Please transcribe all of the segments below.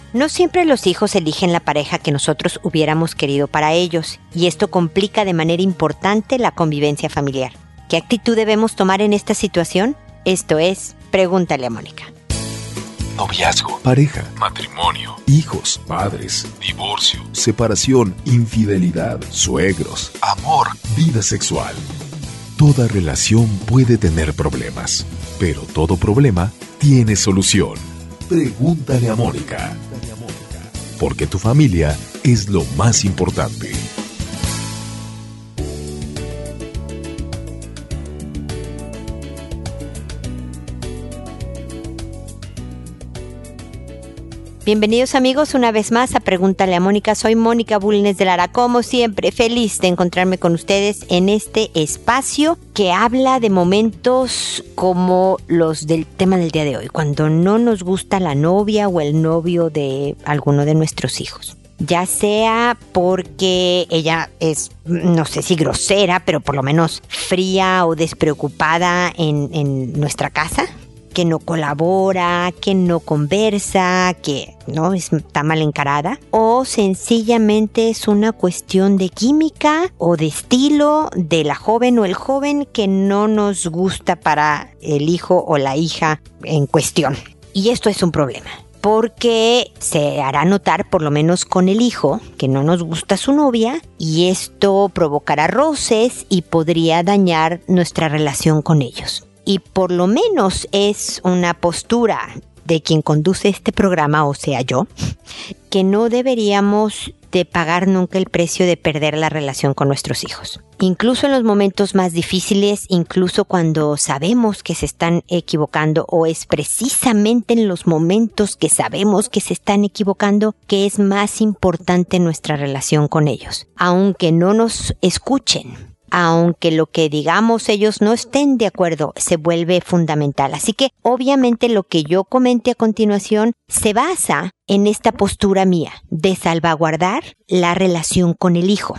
No siempre los hijos eligen la pareja que nosotros hubiéramos querido para ellos, y esto complica de manera importante la convivencia familiar. ¿Qué actitud debemos tomar en esta situación? Esto es, Pregúntale a Mónica. Noviazgo, pareja, matrimonio, hijos, padres, divorcio, separación, infidelidad, suegros, amor, vida sexual. Toda relación puede tener problemas, pero todo problema tiene solución. Pregúntale a Mónica. Porque tu familia es lo más importante. Bienvenidos amigos una vez más a Pregúntale a Mónica. Soy Mónica Bulnes de Lara, como siempre feliz de encontrarme con ustedes en este espacio que habla de momentos como los del tema del día de hoy, cuando no nos gusta la novia o el novio de alguno de nuestros hijos. Ya sea porque ella es, no sé si grosera, pero por lo menos fría o despreocupada en nuestra casa, que no colabora, que no conversa, que no está mal encarada, o sencillamente es una cuestión de química o de estilo de la joven o el joven que no nos gusta para el hijo o la hija en cuestión. Y esto es un problema, porque se hará notar por lo menos con el hijo que no nos gusta su novia, y esto provocará roces y podría dañar nuestra relación con ellos. Y por lo menos es una postura de quien conduce este programa, o sea yo, que no deberíamos de pagar nunca el precio de perder la relación con nuestros hijos. Incluso en los momentos más difíciles, incluso cuando sabemos que se están equivocando, o es precisamente en los momentos que sabemos que se están equivocando que es más importante nuestra relación con ellos. Aunque no nos escuchen, aunque lo que digamos ellos no estén de acuerdo, se vuelve fundamental. Así que obviamente lo que yo comente a continuación se basa en esta postura mía de salvaguardar la relación con el hijo.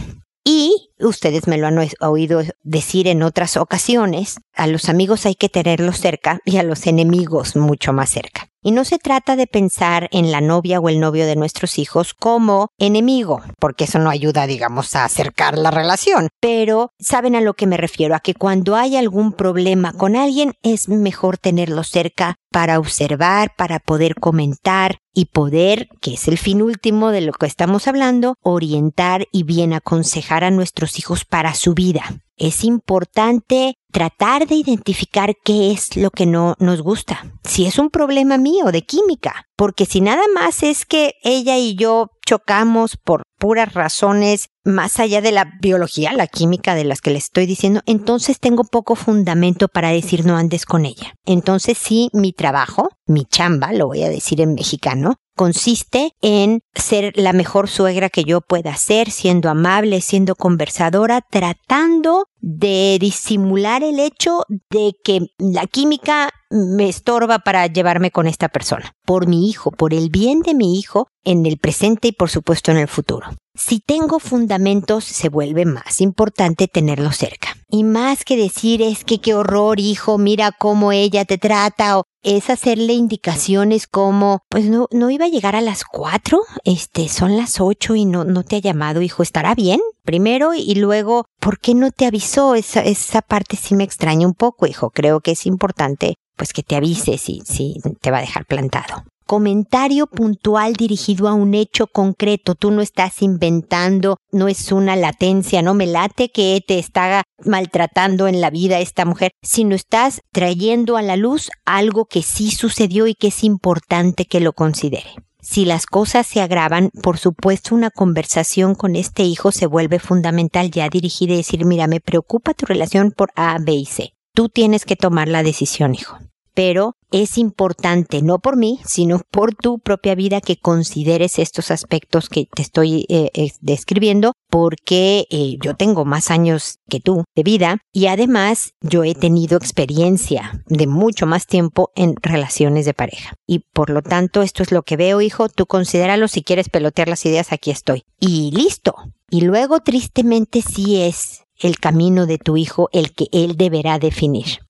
Y ustedes me lo han oído decir en otras ocasiones, a los amigos hay que tenerlos cerca y a los enemigos mucho más cerca. Y no se trata de pensar en la novia o el novio de nuestros hijos como enemigo, porque eso no ayuda, digamos, a acercar la relación. Pero saben a lo que me refiero, a que cuando hay algún problema con alguien es mejor tenerlo cerca para observar, para poder comentar y poder, que es el fin último de lo que estamos hablando, orientar y bien aconsejar a nuestros hijos para su vida. Es importante tratar de identificar qué es lo que no nos gusta. Si es un problema mío de química, porque si nada más es que ella y yo chocamos por puras razones más allá de la biología, la química de las que les estoy diciendo, entonces tengo poco fundamento para decir no andes con ella. Entonces sí, mi trabajo, mi chamba, lo voy a decir en mexicano, consiste en ser la mejor suegra que yo pueda ser, siendo amable, siendo conversadora, tratando de disimular el hecho de que la química me estorba para llevarme con esta persona. Por mi hijo, por el bien de mi hijo, en el presente y por supuesto en el futuro. Si tengo fundamentos, se vuelve más importante tenerlo cerca. Y más que decir es que qué horror, hijo, mira cómo ella te trata, o es hacerle indicaciones como, pues no iba a llegar a las 4, son las 8 y no te ha llamado, hijo, ¿estará bien? Primero, y luego, ¿por qué no te avisó? Esa parte sí me extraña un poco, hijo. Creo que es importante pues que te avise si te va a dejar plantado. Comentario puntual dirigido a un hecho concreto. Tú no estás inventando, no es una latencia, no me late que te está maltratando en la vida esta mujer, sino estás trayendo a la luz algo que sí sucedió y que es importante que lo considere. Si las cosas se agravan, por supuesto una conversación con este hijo se vuelve fundamental, ya dirigida y decir, mira, me preocupa tu relación por A, B y C. Tú tienes que tomar la decisión, hijo. Pero es importante, no por mí, sino por tu propia vida, que consideres estos aspectos que te estoy describiendo, porque yo tengo más años que tú de vida y además yo he tenido experiencia de mucho más tiempo en relaciones de pareja. Y por lo tanto, esto es lo que veo, hijo, tú considéralo, si quieres pelotear las ideas, aquí estoy. Y listo. Y luego, tristemente, sí es el camino de tu hijo el que él deberá definir.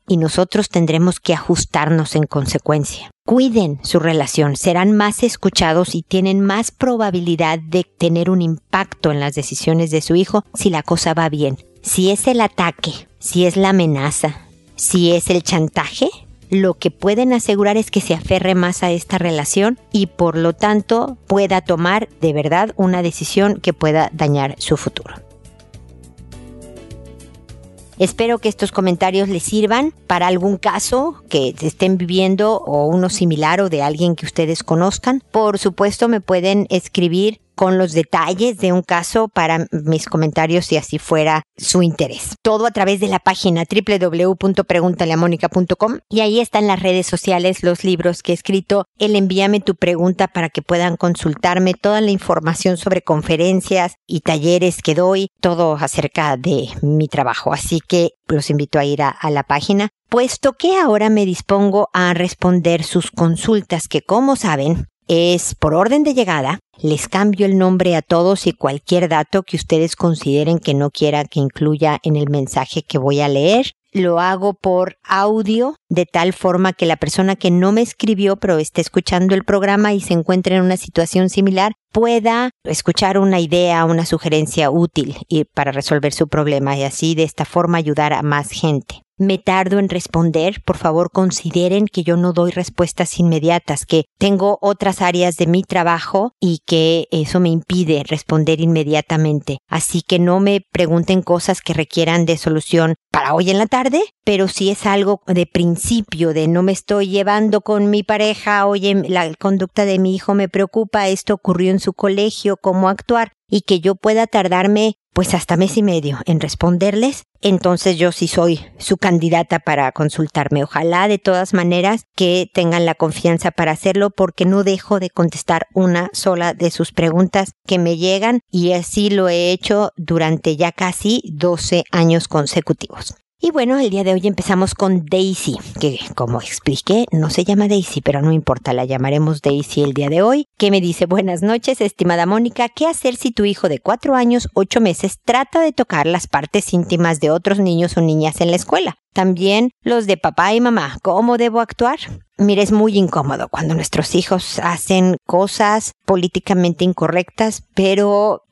y nosotros tendremos que ajustarnos en consecuencia. Cuiden su relación, serán más escuchados y tienen más probabilidad de tener un impacto en las decisiones de su hijo si la cosa va bien. Si es el ataque, si es la amenaza, si es el chantaje, lo que pueden asegurar es que se aferre más a esta relación y por lo tanto pueda tomar de verdad una decisión que pueda dañar su futuro. Espero que estos comentarios les sirvan para algún caso que estén viviendo o uno similar o de alguien que ustedes conozcan. Por supuesto, me pueden escribir con los detalles de un caso para mis comentarios si así fuera su interés. Todo a través de la página www.preguntaleamónica.com y ahí están las redes sociales, los libros que he escrito, el envíame tu pregunta para que puedan consultarme, toda la información sobre conferencias y talleres que doy, todo acerca de mi trabajo. Así que los invito a ir a la página, puesto que ahora me dispongo a responder sus consultas que, como saben, es por orden de llegada. Les cambio el nombre a todos y cualquier dato que ustedes consideren que no quiera que incluya en el mensaje que voy a leer. Lo hago por audio, de tal forma que la persona que no me escribió pero esté escuchando el programa y se encuentre en una situación similar pueda escuchar una idea, una sugerencia útil y para resolver su problema y así de esta forma ayudar a más gente. Me tardo en responder, por favor consideren que yo no doy respuestas inmediatas, que tengo otras áreas de mi trabajo y que eso me impide responder inmediatamente. Así que no me pregunten cosas que requieran de solución para hoy en la tarde, pero si es algo de principio, de no me estoy llevando con mi pareja, oye, la conducta de mi hijo me preocupa, esto ocurrió en su colegio, cómo actuar, y que yo pueda tardarme pues hasta mes y medio en responderles, entonces yo sí soy su candidata para consultarme. Ojalá de todas maneras que tengan la confianza para hacerlo porque no dejo de contestar una sola de sus preguntas que me llegan y así lo he hecho durante ya casi 12 años consecutivos. Y bueno, el día de hoy empezamos con Daisy, que como expliqué, no se llama Daisy, pero no importa, la llamaremos Daisy el día de hoy, que me dice: buenas noches, estimada Mónica, ¿qué hacer si tu hijo de 4 años, 8 meses trata de tocar las partes íntimas de otros niños o niñas en la escuela? También los de papá y mamá, ¿cómo debo actuar? Mira, es muy incómodo cuando nuestros hijos hacen cosas políticamente incorrectas, pero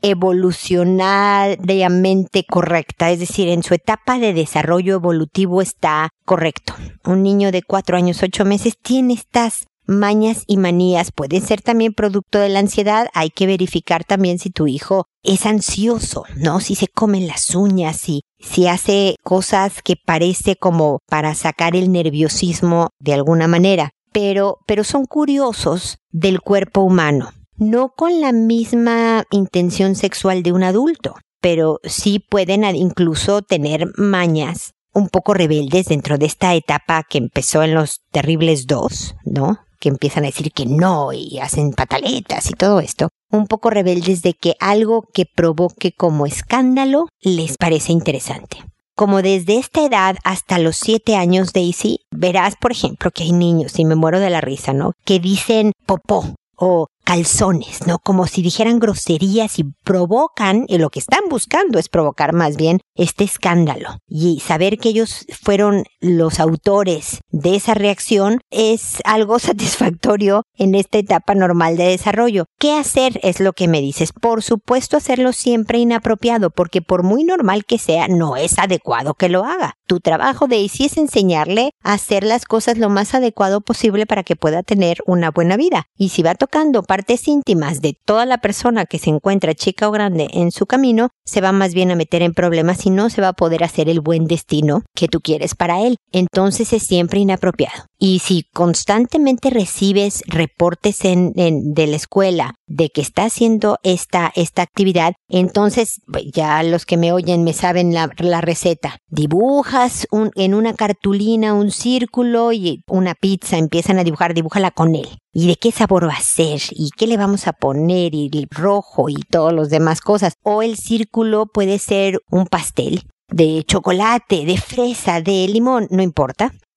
evolucionariamente correcta, es decir, en su etapa de desarrollo evolutivo está correcto. Un niño de 4 años, 8 meses tiene estas mañas y manías, pueden ser también producto de la ansiedad. Hay que verificar también si tu hijo es ansioso, ¿no? Si se comen las uñas, si hace cosas que parece como para sacar el nerviosismo de alguna manera, pero son curiosos del cuerpo humano, no con la misma intención sexual de un adulto, pero sí pueden incluso tener mañas un poco rebeldes dentro de esta etapa que empezó en los terribles 2, ¿no? Que empiezan a decir que no y hacen pataletas y todo esto, un poco rebeldes de que algo que provoque como escándalo les parece interesante. Como desde esta edad hasta los 7 años, Daisy, verás, por ejemplo, que hay niños, y me muero de la risa, ¿no?, que dicen popó o calzones, ¿no? Como si dijeran groserías y provocan, y lo que están buscando es provocar más bien este escándalo. Y saber que ellos fueron los autores de esa reacción es algo satisfactorio en esta etapa normal de desarrollo. ¿Qué hacer? Es lo que me dices. Por supuesto, hacerlo siempre inapropiado, porque por muy normal que sea, no es adecuado que lo haga. Tu trabajo, Daisy, es enseñarle a hacer las cosas lo más adecuado posible para que pueda tener una buena vida. Y si va tocando partes íntimas de toda la persona que se encuentra, chica o grande, en su camino, se va más bien a meter en problemas y no se va a poder hacer el buen destino que tú quieres para él. Entonces es siempre inapropiado. Y si constantemente recibes reportes de la escuela de que está haciendo esta actividad, entonces ya los que me oyen me saben la receta. Dibujas en una cartulina un círculo y una pizza, empiezan a dibújala con él. ¿Y de qué sabor va a ser? ¿Y qué le vamos a poner? Y el rojo y todas las demás cosas. O el círculo puede ser un pastel de chocolate, de fresa, de limón, no importa.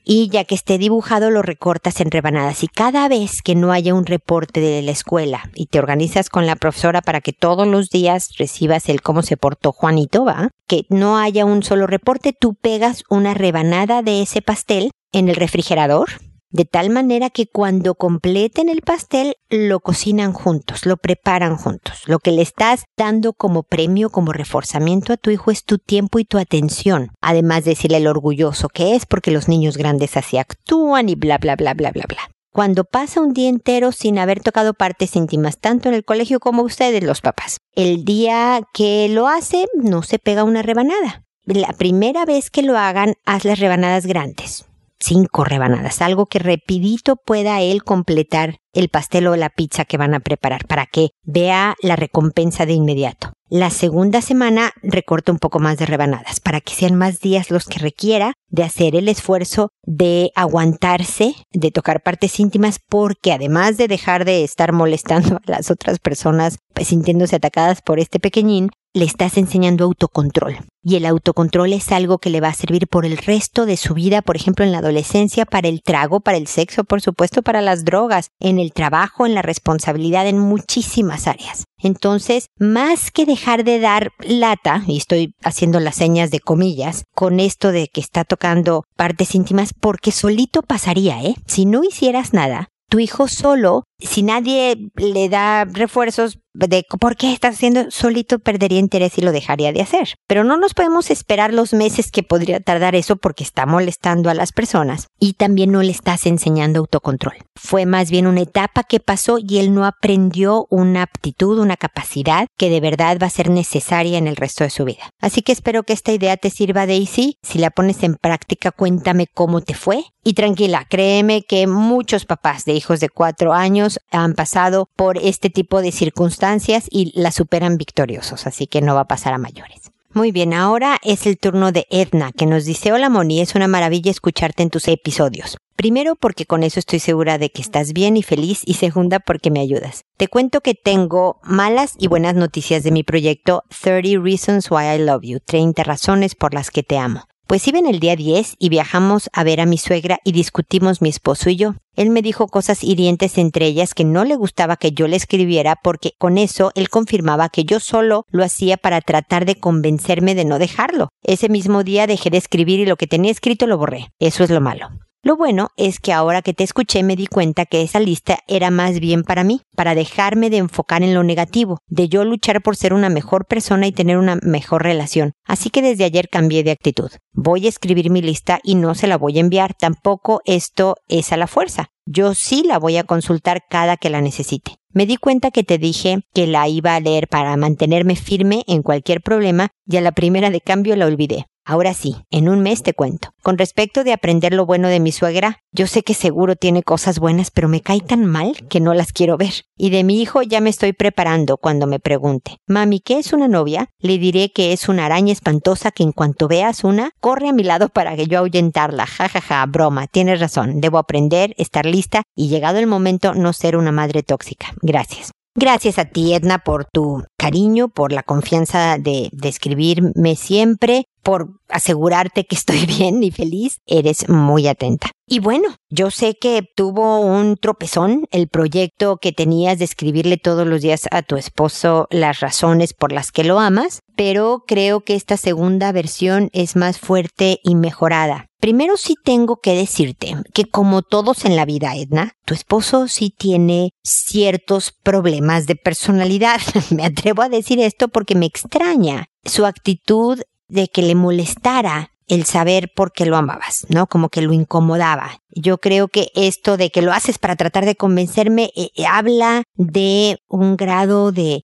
y ya que esté dibujado lo recortas en rebanadas. Y cada vez que no haya un reporte de la escuela y te organizas con la profesora para que todos los días recibas el cómo se portó Juanito, ¿va? Que no haya un solo reporte, tú pegas una rebanada de ese pastel en el refrigerador, de tal manera que cuando completen el pastel lo cocinan juntos, lo preparan juntos. Lo que le estás dando como premio, como reforzamiento a tu hijo es tu tiempo y tu atención. Además de decirle lo orgulloso que es, porque los niños grandes así actúan y bla, bla, bla, bla, bla, bla. Cuando pasa un día entero sin haber tocado partes íntimas, tanto en el colegio como ustedes, los papás, el día que lo hace, no se pega una rebanada. La primera vez que lo hagan, haz las rebanadas grandes. 5 rebanadas, algo que rapidito pueda él completar el pastel o la pizza que van a preparar para que vea la recompensa de inmediato. La segunda semana recorta un poco más de rebanadas para que sean más días los que requiera de hacer el esfuerzo de aguantarse, de tocar partes íntimas, porque además de dejar de estar molestando a las otras personas sintiéndose atacadas por este pequeñín, le estás enseñando autocontrol. Y el autocontrol es algo que le va a servir por el resto de su vida, por ejemplo, en la adolescencia, para el trago, para el sexo, por supuesto, para las drogas, en el trabajo, en la responsabilidad, en muchísimas áreas. Entonces, más que dejar de dar lata, y estoy haciendo las señas de comillas, con esto de que está tocando partes íntimas, porque solito pasaría, ¿eh? Si no hicieras nada, tu hijo solo, si nadie le da refuerzos de por qué estás haciendo, solito perdería interés y lo dejaría de hacer. Pero no nos podemos esperar los meses que podría tardar eso porque está molestando a las personas y también no le estás enseñando autocontrol. Fue más bien una etapa que pasó y él no aprendió una aptitud, una capacidad que de verdad va a ser necesaria en el resto de su vida. Así que espero que esta idea te sirva, Daisy. Si la pones en práctica, cuéntame cómo te fue. Y tranquila, créeme que muchos papás de hijos de 4 años han pasado por este tipo de circunstancias y la superan victoriosos, así que no va a pasar a mayores. Muy bien, ahora es el turno de Edna, que nos dice: hola Moni, es una maravilla escucharte en tus episodios. Primero, porque con eso estoy segura de que estás bien y feliz, y segunda, porque me ayudas. Te cuento que tengo malas y buenas noticias de mi proyecto 30 Reasons Why I Love You, 30 razones por las que te amo. Pues iba en el día 10 y viajamos a ver a mi suegra y discutimos mi esposo y yo. Él me dijo cosas hirientes, entre ellas que no le gustaba que yo le escribiera porque con eso él confirmaba que yo solo lo hacía para tratar de convencerme de no dejarlo. Ese mismo día dejé de escribir y lo que tenía escrito lo borré. Eso es lo malo. Lo bueno es que ahora que te escuché me di cuenta que esa lista era más bien para mí, para dejarme de enfocar en lo negativo, de yo luchar por ser una mejor persona y tener una mejor relación. Así que desde ayer cambié de actitud. Voy a escribir mi lista y no se la voy a enviar. Tampoco esto es a la fuerza. Yo sí la voy a consultar cada que la necesite. Me di cuenta que te dije que la iba a leer para mantenerme firme en cualquier problema y a la primera de cambio la olvidé. Ahora sí, en un mes te cuento. Con respecto de aprender lo bueno de mi suegra, yo sé que seguro tiene cosas buenas, pero me cae tan mal que no las quiero ver. Y de mi hijo ya me estoy preparando cuando me pregunte: mami, ¿qué es una novia? Le diré que es una araña espantosa que en cuanto veas una, corre a mi lado para que yo ahuyentarla. Ja, ja, ja, broma, tienes razón. Debo aprender, estar lista y llegado el momento no ser una madre tóxica. Gracias. Gracias a ti, Edna, por tu cariño, por la confianza de escribirme siempre, por asegurarte que estoy bien y feliz. Eres muy atenta. Y bueno, yo sé que tuvo un tropezón el proyecto que tenías de escribirle todos los días a tu esposo las razones por las que lo amas, pero creo que esta segunda versión es más fuerte y mejorada. Primero sí tengo que decirte que como todos en la vida, Edna, tu esposo sí tiene ciertos problemas de personalidad. Me atrevo a decir esto porque me extraña su actitud de que le molestara el saber por qué lo amabas, ¿no? Como que lo incomodaba. Yo creo que esto de que lo haces para tratar de convencerme habla de un grado de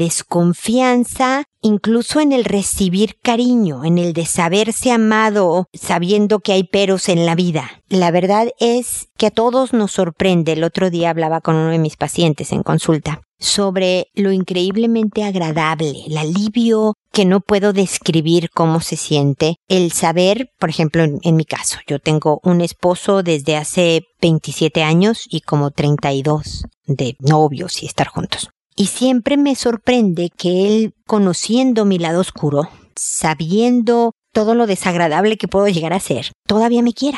desconfianza, incluso en el recibir cariño, en el de saberse amado, sabiendo que hay peros en la vida. La verdad es que a todos nos sorprende. El otro día hablaba con uno de mis pacientes en consulta sobre lo increíblemente agradable, el alivio que no puedo describir cómo se siente, el saber, por ejemplo, en mi caso, yo tengo un esposo desde hace 27 años y como 32 de novios y estar juntos. Y siempre me sorprende que él, conociendo mi lado oscuro, sabiendo todo lo desagradable que puedo llegar a ser, todavía me quiera.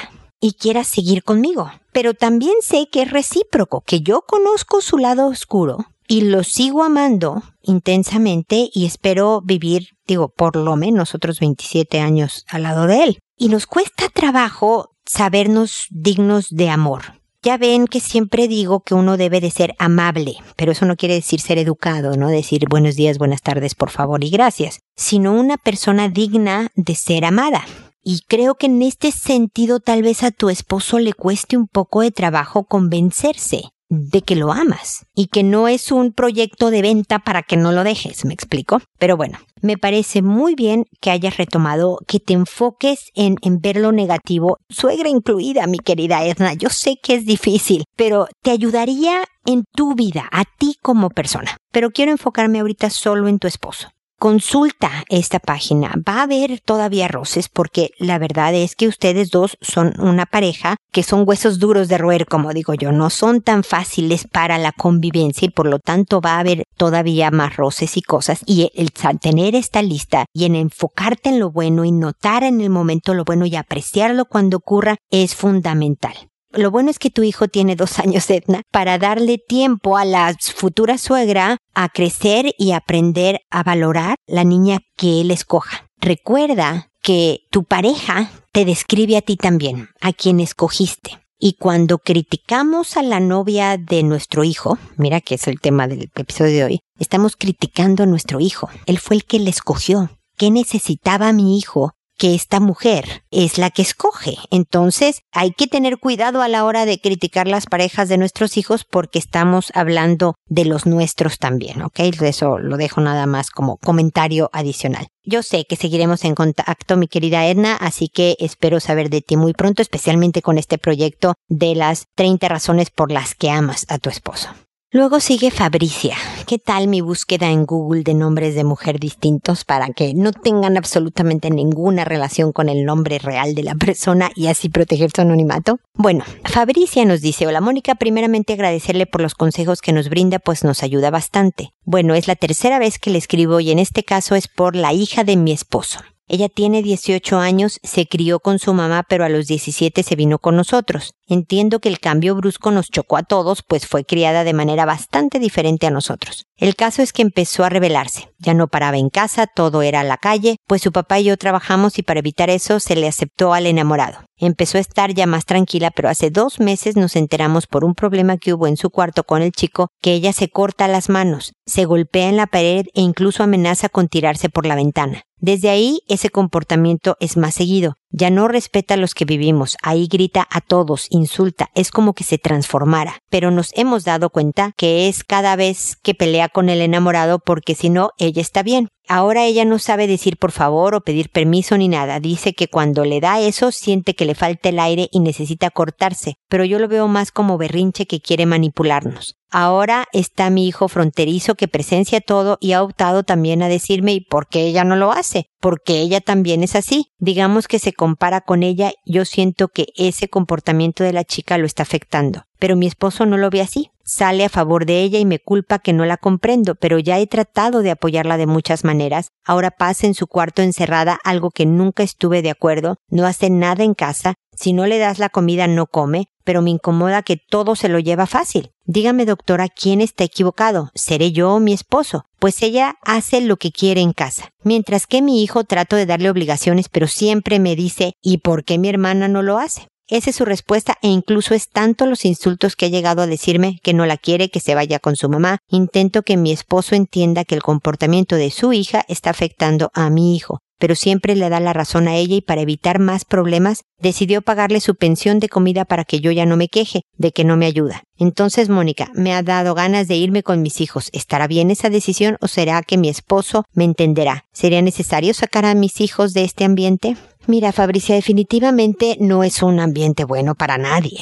y quiera seguir conmigo. Pero también sé que es recíproco, que yo conozco su lado oscuro y lo sigo amando intensamente y espero vivir, por lo menos otros 27 años al lado de él. Y nos cuesta trabajo sabernos dignos de amor. Ya ven que siempre digo que uno debe de ser amable, pero eso no quiere decir ser educado, ¿no? Decir buenos días, buenas tardes, por favor y gracias, sino una persona digna de ser amada. Y creo que en este sentido tal vez a tu esposo le cueste un poco de trabajo convencerse de que lo amas y que no es un proyecto de venta para que no lo dejes, ¿me explico? Pero bueno, me parece muy bien que hayas retomado, que te enfoques en ver lo negativo, suegra incluida, mi querida Edna. Yo sé que es difícil, pero te ayudaría en tu vida, a ti como persona. Pero quiero enfocarme ahorita solo en tu esposo. Consulta esta página. Va a haber todavía roces porque la verdad es que ustedes dos son una pareja que son huesos duros de roer, como digo yo. No son tan fáciles para la convivencia y por lo tanto va a haber todavía más roces y cosas. Y el tener esta lista y en enfocarte en lo bueno y notar en el momento lo bueno y apreciarlo cuando ocurra es fundamental. Lo bueno es que tu hijo tiene 2 años, Edna, para darle tiempo a la futura suegra a crecer y aprender a valorar la niña que él escoja. Recuerda que tu pareja te describe a ti también, a quien escogiste. Y cuando criticamos a la novia de nuestro hijo, mira que es el tema del episodio de hoy, estamos criticando a nuestro hijo. Él fue el que le escogió. ¿Qué necesitaba mi hijo? Que esta mujer es la que escoge. Entonces, hay que tener cuidado a la hora de criticar las parejas de nuestros hijos porque estamos hablando de los nuestros también, ¿ok? Eso lo dejo nada más como comentario adicional. Yo sé que seguiremos en contacto, mi querida Edna, así que espero saber de ti muy pronto, especialmente con este proyecto de las 30 razones por las que amas a tu esposo. Luego sigue Fabricia. ¿Qué tal mi búsqueda en Google de nombres de mujer distintos para que no tengan absolutamente ninguna relación con el nombre real de la persona y así proteger su anonimato? Bueno, Fabricia nos dice: hola Mónica, primeramente agradecerle por los consejos que nos brinda, pues nos ayuda bastante. Bueno, es la tercera vez que le escribo y en este caso es por la hija de mi esposo. Ella tiene 18 años, se crió con su mamá, pero a los 17 se vino con nosotros. Entiendo que el cambio brusco nos chocó a todos, pues fue criada de manera bastante diferente a nosotros. El caso es que empezó a rebelarse. Ya no paraba en casa, todo era a la calle, pues su papá y yo trabajamos y para evitar eso se le aceptó al enamorado. Empezó a estar ya más tranquila, pero hace 2 meses nos enteramos por un problema que hubo en su cuarto con el chico que ella se corta las manos, se golpea en la pared e incluso amenaza con tirarse por la ventana. Desde ahí, ese comportamiento es más seguido. Ya no respeta a los que vivimos, ahí grita a todos, insulta, es como que se transformara. Pero nos hemos dado cuenta que es cada vez que pelea con el enamorado porque si no, ella está bien. Ahora ella no sabe decir por favor o pedir permiso ni nada. Dice que cuando le da eso siente que le falta el aire y necesita cortarse, pero yo lo veo más como berrinche que quiere manipularnos. Ahora está mi hijo fronterizo que presencia todo y ha optado también a decirme ¿y por qué ella no lo hace? Porque ella también es así. Digamos que se compara con ella, yo siento que ese comportamiento de la chica lo está afectando. Pero mi esposo no lo ve así. Sale a favor de ella y me culpa que no la comprendo, pero ya he tratado de apoyarla de muchas maneras. Ahora pasa en su cuarto encerrada, algo que nunca estuve de acuerdo. No hace nada en casa. Si no le das la comida no come, pero me incomoda que todo se lo lleva fácil. Dígame, doctora, ¿quién está equivocado? ¿Seré yo o mi esposo? Pues ella hace lo que quiere en casa. Mientras que mi hijo trato de darle obligaciones, pero siempre me dice ¿y por qué mi hermana no lo hace? Esa es su respuesta e incluso es tanto los insultos que ha llegado a decirme que no la quiere, que se vaya con su mamá. Intento que mi esposo entienda que el comportamiento de su hija está afectando a mi hijo, pero siempre le da la razón a ella y para evitar más problemas decidió pagarle su pensión de comida para que yo ya no me queje de que no me ayuda. Entonces, Mónica, me ha dado ganas de irme con mis hijos. ¿Estará bien esa decisión o será que mi esposo me entenderá? ¿Sería necesario sacar a mis hijos de este ambiente? Mira, Fabricia, definitivamente no es un ambiente bueno para nadie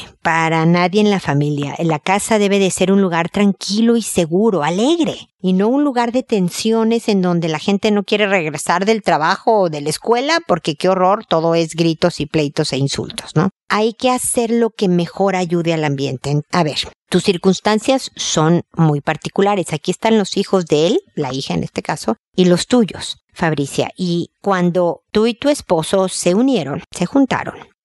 en la familia. La casa debe de ser un lugar tranquilo y seguro, alegre, y no un lugar de tensiones en donde la gente no quiere regresar del trabajo o de la escuela porque qué horror, todo es gritos y pleitos e insultos, ¿no? Hay que hacer lo que mejor ayude al ambiente. A ver, tus circunstancias son muy particulares. Aquí están los hijos de él, la hija en este caso, y los tuyos, Fabricia. Y cuando tú y tu esposo se unieron, se juntaron,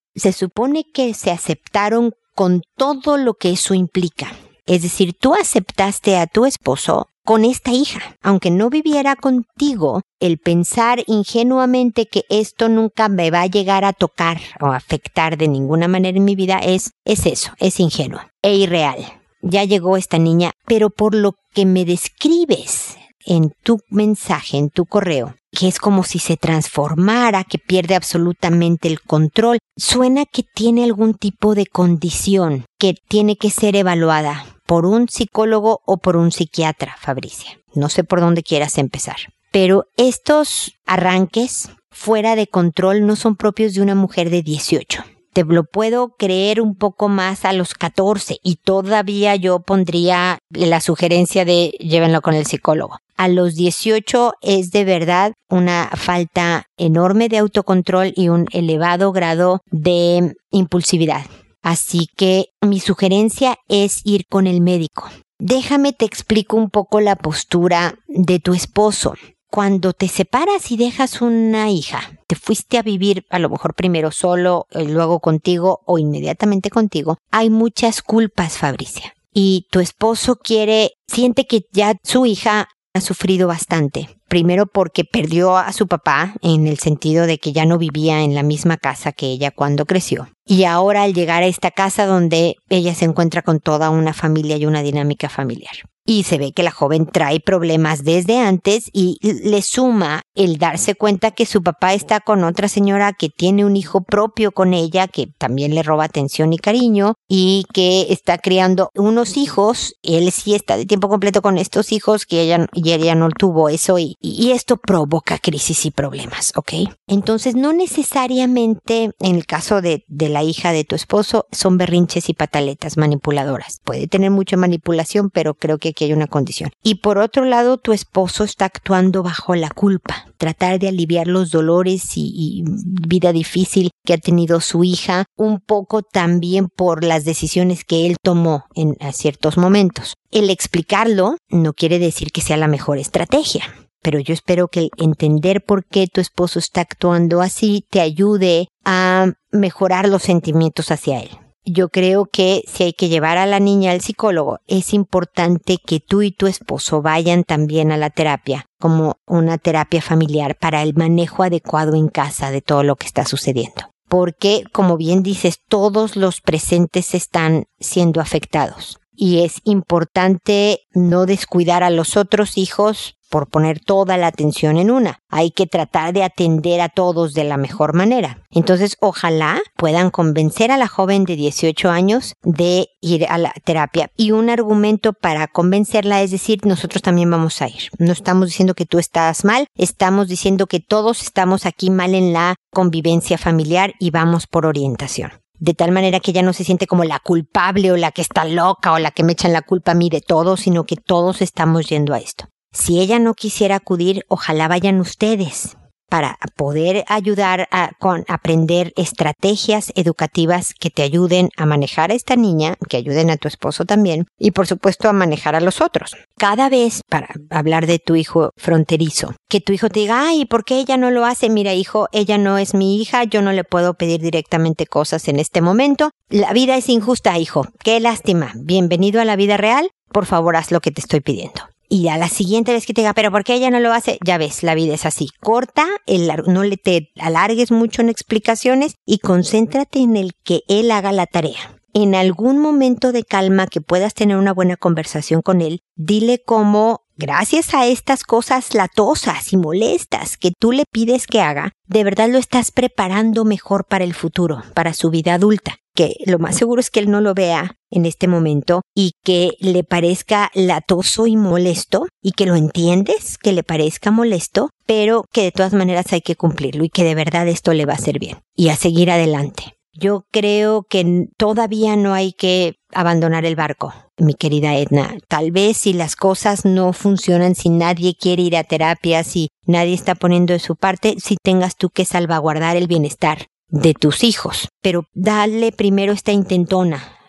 se supone que se aceptaron con todo lo que eso implica. Es decir, tú aceptaste a tu esposo con esta hija. Aunque no viviera contigo, el pensar ingenuamente que esto nunca me va a llegar a tocar o afectar de ninguna manera en mi vida es eso, es ingenuo e irreal. Ya llegó esta niña, pero por lo que me describes en tu mensaje, en tu correo, que es como si se transformara, que pierde absolutamente el control, suena que tiene algún tipo de condición que tiene que ser evaluada por un psicólogo o por un psiquiatra, Fabricia. No sé por dónde quieras empezar. Pero estos arranques fuera de control no son propios de una mujer de 18. Te lo puedo creer un poco más a los 14 y todavía yo pondría la sugerencia de llévenlo con el psicólogo. A los 18 es de verdad una falta enorme de autocontrol y un elevado grado de impulsividad. Así que mi sugerencia es ir con el médico. Déjame te explico un poco la postura de tu esposo. Cuando te separas y dejas una hija, te fuiste a vivir a lo mejor primero solo, luego contigo o inmediatamente contigo, hay muchas culpas, Fabricia. Y tu esposo siente que ya su hija ha sufrido bastante. Primero porque perdió a su papá, en el sentido de que ya no vivía en la misma casa que ella cuando creció. Y ahora al llegar a esta casa donde ella se encuentra con toda una familia y una dinámica familiar. Y se ve que la joven trae problemas desde antes y le suma el darse cuenta que su papá está con otra señora que tiene un hijo propio con ella, que también le roba atención y cariño, y que está criando unos hijos. Él sí está de tiempo completo con estos hijos que ella no tuvo eso y esto provoca crisis y problemas, ¿ok? Entonces no necesariamente en el caso de la hija de tu esposo son berrinches y pataletas manipuladoras. Puede tener mucha manipulación, pero creo que aquí hay una condición. Y por otro lado, tu esposo está actuando bajo la culpa. Tratar de aliviar los dolores y vida difícil que ha tenido su hija, un poco también por las decisiones que él tomó en ciertos momentos. El explicarlo no quiere decir que sea la mejor estrategia. Pero yo espero que el entender por qué tu esposo está actuando así te ayude a mejorar los sentimientos hacia él. Yo creo que si hay que llevar a la niña al psicólogo, es importante que tú y tu esposo vayan también a la terapia, como una terapia familiar para el manejo adecuado en casa de todo lo que está sucediendo. Porque, como bien dices, todos los presentes están siendo afectados. Y es importante no descuidar a los otros hijos por poner toda la atención en una. Hay que tratar de atender a todos de la mejor manera. Entonces, ojalá puedan convencer a la joven de 18 años de ir a la terapia. Y un argumento para convencerla es decir, nosotros también vamos a ir. No estamos diciendo que tú estás mal, estamos diciendo que todos estamos aquí mal en la convivencia familiar y vamos por orientación. De tal manera que ella no se siente como la culpable o la que está loca o la que me echan la culpa a mí de todo, sino que todos estamos yendo a esto. Si ella no quisiera acudir, ojalá vayan ustedes para poder ayudar a aprender estrategias educativas que te ayuden a manejar a esta niña, que ayuden a tu esposo también, y por supuesto a manejar a los otros. Cada vez, para hablar de tu hijo fronterizo, que tu hijo te diga, ay, ¿por qué ella no lo hace? Mira, hijo, ella no es mi hija, yo no le puedo pedir directamente cosas en este momento. La vida es injusta, hijo. Qué lástima. Bienvenido a la vida real. Por favor, haz lo que te estoy pidiendo. Y a la siguiente vez que te diga, pero ¿por qué ella no lo hace? Ya ves, la vida es así. Corta, no te alargues mucho en explicaciones y concéntrate en el que él haga la tarea. En algún momento de calma que puedas tener una buena conversación con él, dile cómo, gracias a estas cosas latosas y molestas que tú le pides que haga, de verdad lo estás preparando mejor para el futuro, para su vida adulta. Que lo más seguro es que él no lo vea en este momento y que le parezca latoso y molesto y que lo entiendes, que le parezca molesto, pero que de todas maneras hay que cumplirlo y que de verdad esto le va a hacer bien y a seguir adelante. Yo creo que todavía no hay que abandonar el barco, mi querida Edna. Tal vez si las cosas no funcionan, si nadie quiere ir a terapia, si nadie está poniendo de su parte, si tengas tú que salvaguardar el bienestar de tus hijos. Pero dale primero esta intentona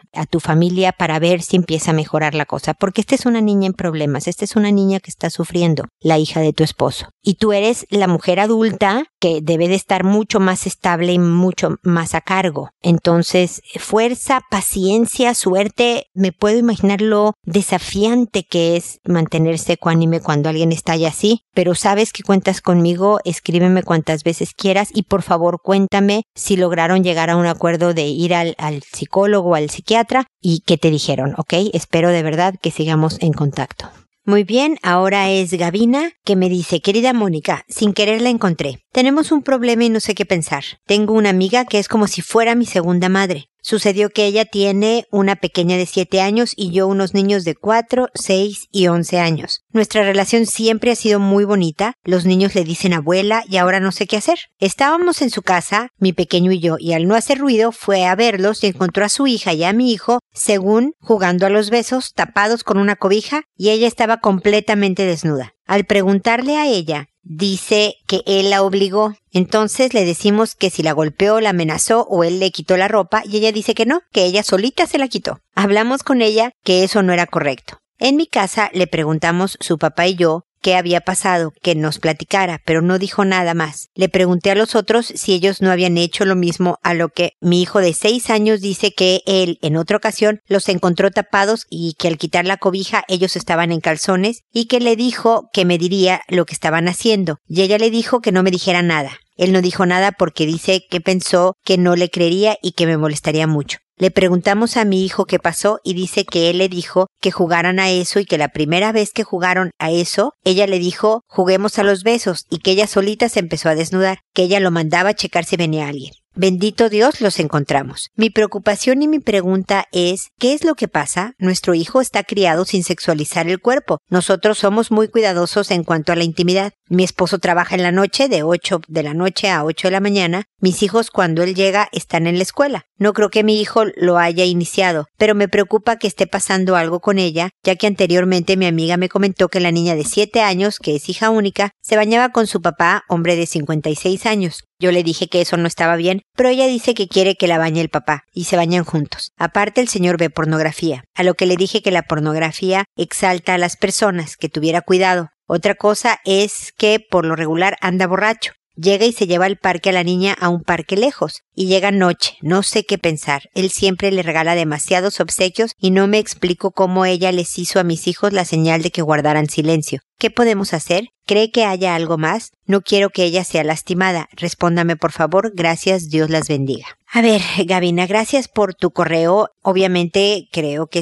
a tu familia para ver si empieza a mejorar la cosa. Porque esta es una niña en problemas, esta es una niña que está sufriendo, la hija de tu esposo. Y tú eres la mujer adulta que debe de estar mucho más estable y mucho más a cargo. Entonces, fuerza, paciencia, suerte, me puedo imaginar lo desafiante que es mantenerse ecuánime cuando alguien está ya así, pero sabes que cuentas conmigo, escríbeme cuantas veces quieras y por favor cuéntame si lograron llegar a un acuerdo de ir al psicólogo o al psiquiatra y qué te dijeron, ¿ok? Espero de verdad que sigamos en contacto. Muy bien, ahora es Gavina que me dice, querida Mónica, sin querer la encontré. Tenemos un problema y no sé qué pensar. Tengo una amiga que es como si fuera mi segunda madre. Sucedió que ella tiene una pequeña de 7 años y yo unos niños de 4, 6 y 11 años. Nuestra relación siempre ha sido muy bonita. Los niños le dicen abuela y ahora no sé qué hacer. Estábamos en su casa, mi pequeño y yo, y al no hacer ruido fue a verlos y encontró a su hija y a mi hijo, según jugando a los besos, tapados con una cobija, y ella estaba completamente desnuda. Al preguntarle a ella, dice que él la obligó. Entonces le decimos que si la golpeó, la amenazó o él le quitó la ropa y ella dice que no, que ella solita se la quitó. Hablamos con ella que eso no era correcto. En mi casa le preguntamos su papá y yo qué había pasado, que nos platicara, pero no dijo nada más. Le pregunté a los otros si ellos no habían hecho lo mismo, a lo que mi hijo de 6 años dice que él, en otra ocasión, los encontró tapados y que al quitar la cobija ellos estaban en calzones y que le dijo que me diría lo que estaban haciendo y ella le dijo que no me dijera nada. Él no dijo nada porque dice que pensó que no le creería y que me molestaría mucho. Le preguntamos a mi hijo qué pasó y dice que él le dijo que jugaran a eso y que la primera vez que jugaron a eso, ella le dijo juguemos a los besos y que ella solita se empezó a desnudar, que ella lo mandaba a checar si venía alguien. Bendito Dios, los encontramos. Mi preocupación y mi pregunta es, ¿qué es lo que pasa? Nuestro hijo está criado sin sexualizar el cuerpo. Nosotros somos muy cuidadosos en cuanto a la intimidad. Mi esposo trabaja en la noche, de 8 de la noche a 8 de la mañana. Mis hijos, cuando él llega, están en la escuela. No creo que mi hijo lo haya iniciado, pero me preocupa que esté pasando algo con ella, ya que anteriormente mi amiga me comentó que la niña de 7 años, que es hija única, se bañaba con su papá, hombre de 56 años. Yo le dije que eso no estaba bien, pero ella dice que quiere que la bañe el papá, y se bañan juntos. Aparte, el señor ve pornografía, a lo que le dije que la pornografía exalta a las personas, que tuviera cuidado. Otra cosa es que, por lo regular, anda borracho. Llega y se lleva al parque a la niña a un parque lejos. Y llega noche, no sé qué pensar. Él siempre le regala demasiados obsequios y no me explico cómo ella les hizo a mis hijos la señal de que guardaran silencio. ¿Qué podemos hacer? ¿Cree que haya algo más? No quiero que ella sea lastimada. Respóndame, por favor. Gracias. Dios las bendiga. A ver, Gavina, gracias por tu correo. Obviamente creo que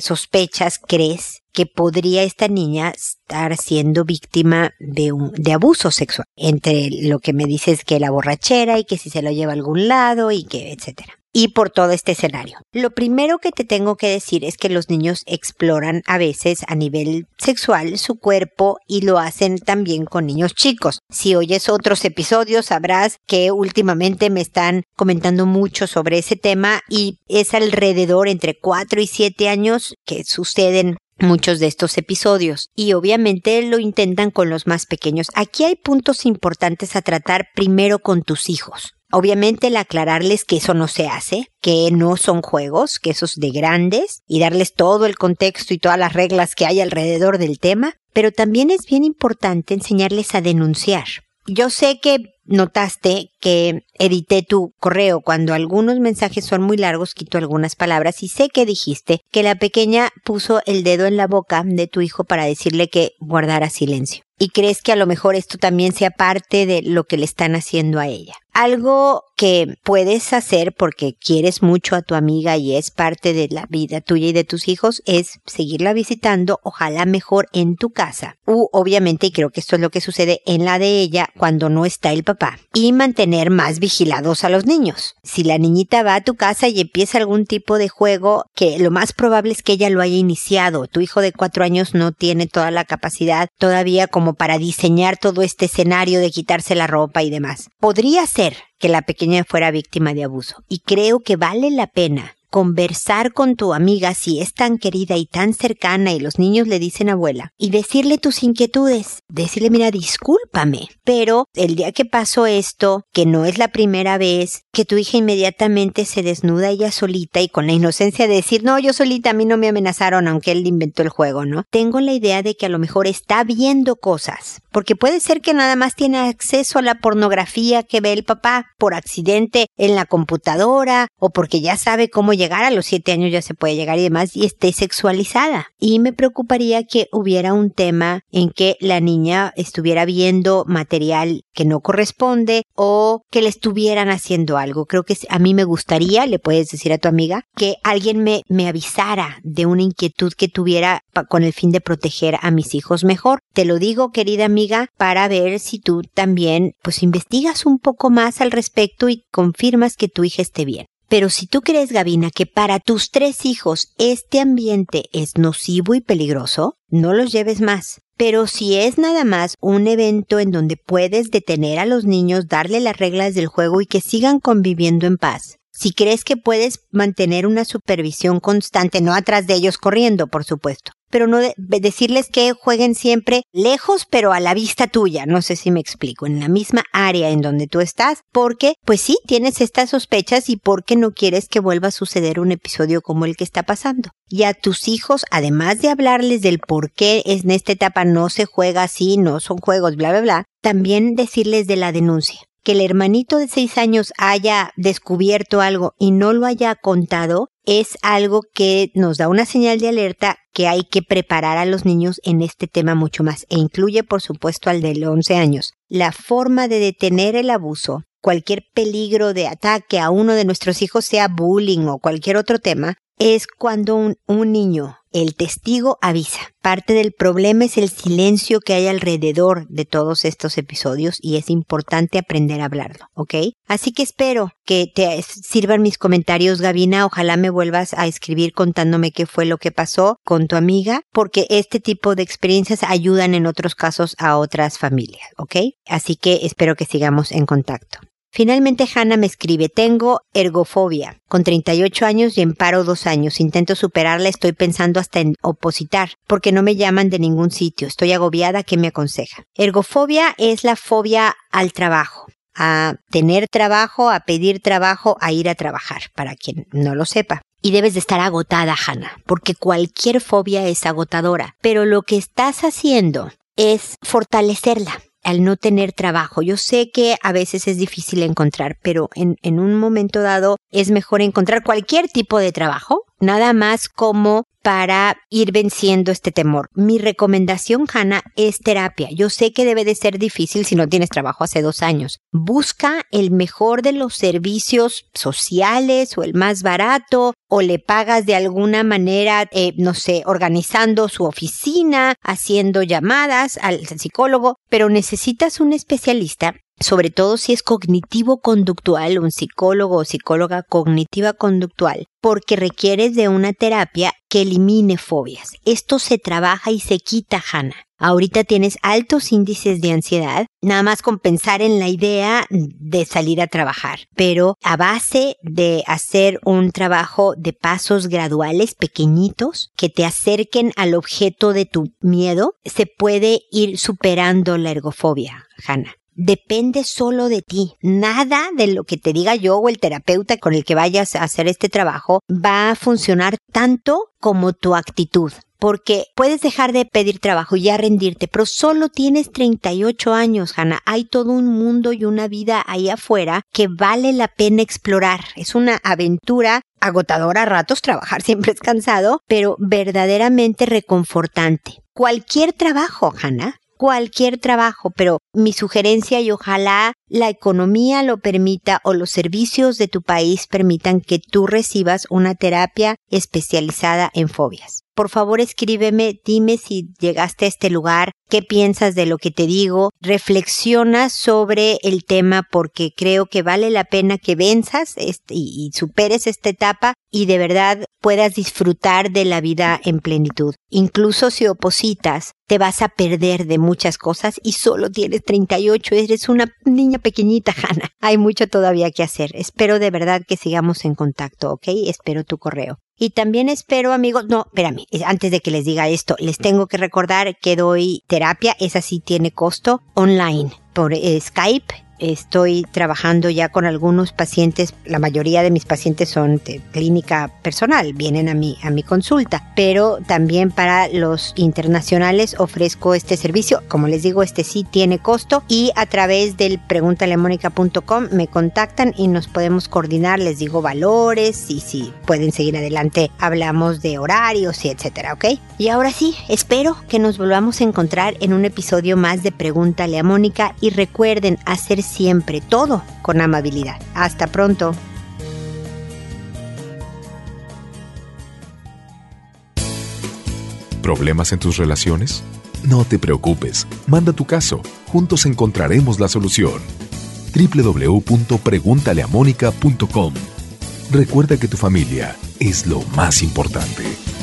crees que podría esta niña estar siendo víctima de abuso sexual. Entre lo que me dices que la borrachera y que si se lo lleva a algún lado y que etcétera. Y por todo este escenario. Lo primero que te tengo que decir es que los niños exploran a veces a nivel sexual su cuerpo y lo hacen también con niños chicos. Si oyes otros episodios sabrás que últimamente me están comentando mucho sobre ese tema y es alrededor entre 4 y 7 años que suceden muchos de estos episodios y obviamente lo intentan con los más pequeños. Aquí hay puntos importantes a tratar primero con tus hijos. Obviamente el aclararles que eso no se hace, que no son juegos, que eso es de grandes y darles todo el contexto y todas las reglas que hay alrededor del tema, pero también es bien importante enseñarles a denunciar. Yo sé que notaste que edité tu correo. Cuando algunos mensajes son muy largos, quito algunas palabras y sé que dijiste que la pequeña puso el dedo en la boca de tu hijo para decirle que guardara silencio. ¿Y crees que a lo mejor esto también sea parte de lo que le están haciendo a ella? Algo que puedes hacer porque quieres mucho a tu amiga y es parte de la vida tuya y de tus hijos es seguirla visitando, ojalá mejor en tu casa. Obviamente, y creo que esto es lo que sucede en la de ella cuando no está el papá. Y mantener más vigilados a los niños. Si la niñita va a tu casa y empieza algún tipo de juego, que lo más probable es que ella lo haya iniciado. Tu hijo de 4 años no tiene toda la capacidad todavía como para diseñar todo este escenario de quitarse la ropa y demás. Podría ser que la pequeña fuera víctima de abuso y creo que vale la pena conversar con tu amiga si es tan querida y tan cercana y los niños le dicen abuela y decirle tus inquietudes, decirle mira, discúlpame, pero el día que pasó esto, que no es la primera vez, que tu hija inmediatamente se desnuda ella solita y con la inocencia de decir no, yo solita, a mí no me amenazaron aunque él inventó el juego, ¿no? Tengo la idea de que a lo mejor está viendo cosas, porque puede ser que nada más tiene acceso a la pornografía que ve el papá por accidente en la computadora o porque ya sabe cómo llegar, a los 7 años ya se puede llegar y demás, y esté sexualizada. Y me preocuparía que hubiera un tema en que la niña estuviera viendo material que no corresponde o que le estuvieran haciendo algo. Creo que a mí me gustaría, le puedes decir a tu amiga, que alguien me avisara de una inquietud que tuviera con el fin de proteger a mis hijos mejor. Te lo digo, querida amiga, para ver si tú también pues investigas un poco más al respecto y confirmas que tu hija esté bien. Pero si tú crees, Gabina, que para tus 3 hijos este ambiente es nocivo y peligroso, no los lleves más. Pero si es nada más un evento en donde puedes detener a los niños, darle las reglas del juego y que sigan conviviendo en paz, si crees que puedes mantener una supervisión constante, no atrás de ellos corriendo, por supuesto, pero no decirles que jueguen siempre lejos, pero a la vista tuya, no sé si me explico, en la misma área en donde tú estás, porque pues sí, tienes estas sospechas y porque no quieres que vuelva a suceder un episodio como el que está pasando. Y a tus hijos, además de hablarles del por qué en esta etapa no se juega así, no son juegos, bla, bla, bla, también decirles de la denuncia. Que el hermanito de 6 años haya descubierto algo y no lo haya contado es algo que nos da una señal de alerta que hay que preparar a los niños en este tema mucho más e incluye por supuesto al de 11 años. La forma de detener el abuso, cualquier peligro de ataque a uno de nuestros hijos, sea bullying o cualquier otro tema, es cuando un niño, el testigo, avisa. Parte del problema es el silencio que hay alrededor de todos estos episodios y es importante aprender a hablarlo, ¿ok? Así que espero que te sirvan mis comentarios, Gabina. Ojalá me vuelvas a escribir contándome qué fue lo que pasó con tu amiga, porque este tipo de experiencias ayudan en otros casos a otras familias, ¿ok? Así que espero que sigamos en contacto. Finalmente, Hannah me escribe, tengo ergofobia, con 38 años y en paro 2 años. Intento superarla, estoy pensando hasta en opositar, porque no me llaman de ningún sitio. Estoy agobiada, ¿qué me aconseja? Ergofobia es la fobia al trabajo, a tener trabajo, a pedir trabajo, a ir a trabajar, para quien no lo sepa. Y debes de estar agotada, Hannah, porque cualquier fobia es agotadora. Pero lo que estás haciendo es fortalecerla. Al no tener trabajo. Yo sé que a veces es difícil encontrar, pero en un momento dado es mejor encontrar cualquier tipo de trabajo, nada más como para ir venciendo este temor. Mi recomendación, Hannah, es terapia. Yo sé que debe de ser difícil si no tienes trabajo hace 2 años. Busca el mejor de los servicios sociales o el más barato, o le pagas de alguna manera, no sé, organizando su oficina, haciendo llamadas al psicólogo, pero necesitas un especialista. Sobre todo si es cognitivo-conductual, un psicólogo o psicóloga cognitiva-conductual, porque requieres de una terapia que elimine fobias. Esto se trabaja y se quita, Hannah. Ahorita tienes altos índices de ansiedad, nada más con pensar en la idea de salir a trabajar. Pero a base de hacer un trabajo de pasos graduales, pequeñitos, que te acerquen al objeto de tu miedo, se puede ir superando la ergofobia, Hannah. Depende solo de ti. Nada de lo que te diga yo o el terapeuta con el que vayas a hacer este trabajo va a funcionar tanto como tu actitud. Porque puedes dejar de pedir trabajo y ya rendirte, pero solo tienes 38 años, Hannah. Hay todo un mundo y una vida ahí afuera que vale la pena explorar. Es una aventura agotadora a ratos, trabajar siempre es cansado, pero verdaderamente reconfortante. Cualquier trabajo, Hannah. Cualquier trabajo, pero mi sugerencia y ojalá la economía lo permita o los servicios de tu país permitan que tú recibas una terapia especializada en fobias. Por favor, escríbeme, dime si llegaste a este lugar, qué piensas de lo que te digo, reflexiona sobre el tema porque creo que vale la pena que venzas y superes esta etapa y de verdad puedas disfrutar de la vida en plenitud. Incluso si opositas, te vas a perder de muchas cosas y solo tienes 38, eres una niña niña pequeñita, Hannah. Hay mucho todavía que hacer. Espero de verdad que sigamos en contacto, ¿ok? Espero tu correo. Y también espero, amigos, antes de que les diga esto, les tengo que recordar que doy terapia, esa sí tiene costo, online, por Skype. Estoy trabajando ya con algunos pacientes, la mayoría de mis pacientes son de clínica personal, vienen a mi consulta, pero también para los internacionales ofrezco este servicio. Como les digo, este sí tiene costo y a través del preguntaleamónica.com me contactan y nos podemos coordinar, les digo valores y si pueden seguir adelante hablamos de horarios y etcétera, ¿ok? Y ahora sí, espero que nos volvamos a encontrar en un episodio más de Pregúntale a Mónica y recuerden hacer siempre todo con amabilidad. Hasta pronto. ¿Problemas en tus relaciones? No te preocupes. Manda tu caso. Juntos encontraremos la solución. www.preguntaleamónica.com. Recuerda que tu familia es lo más importante.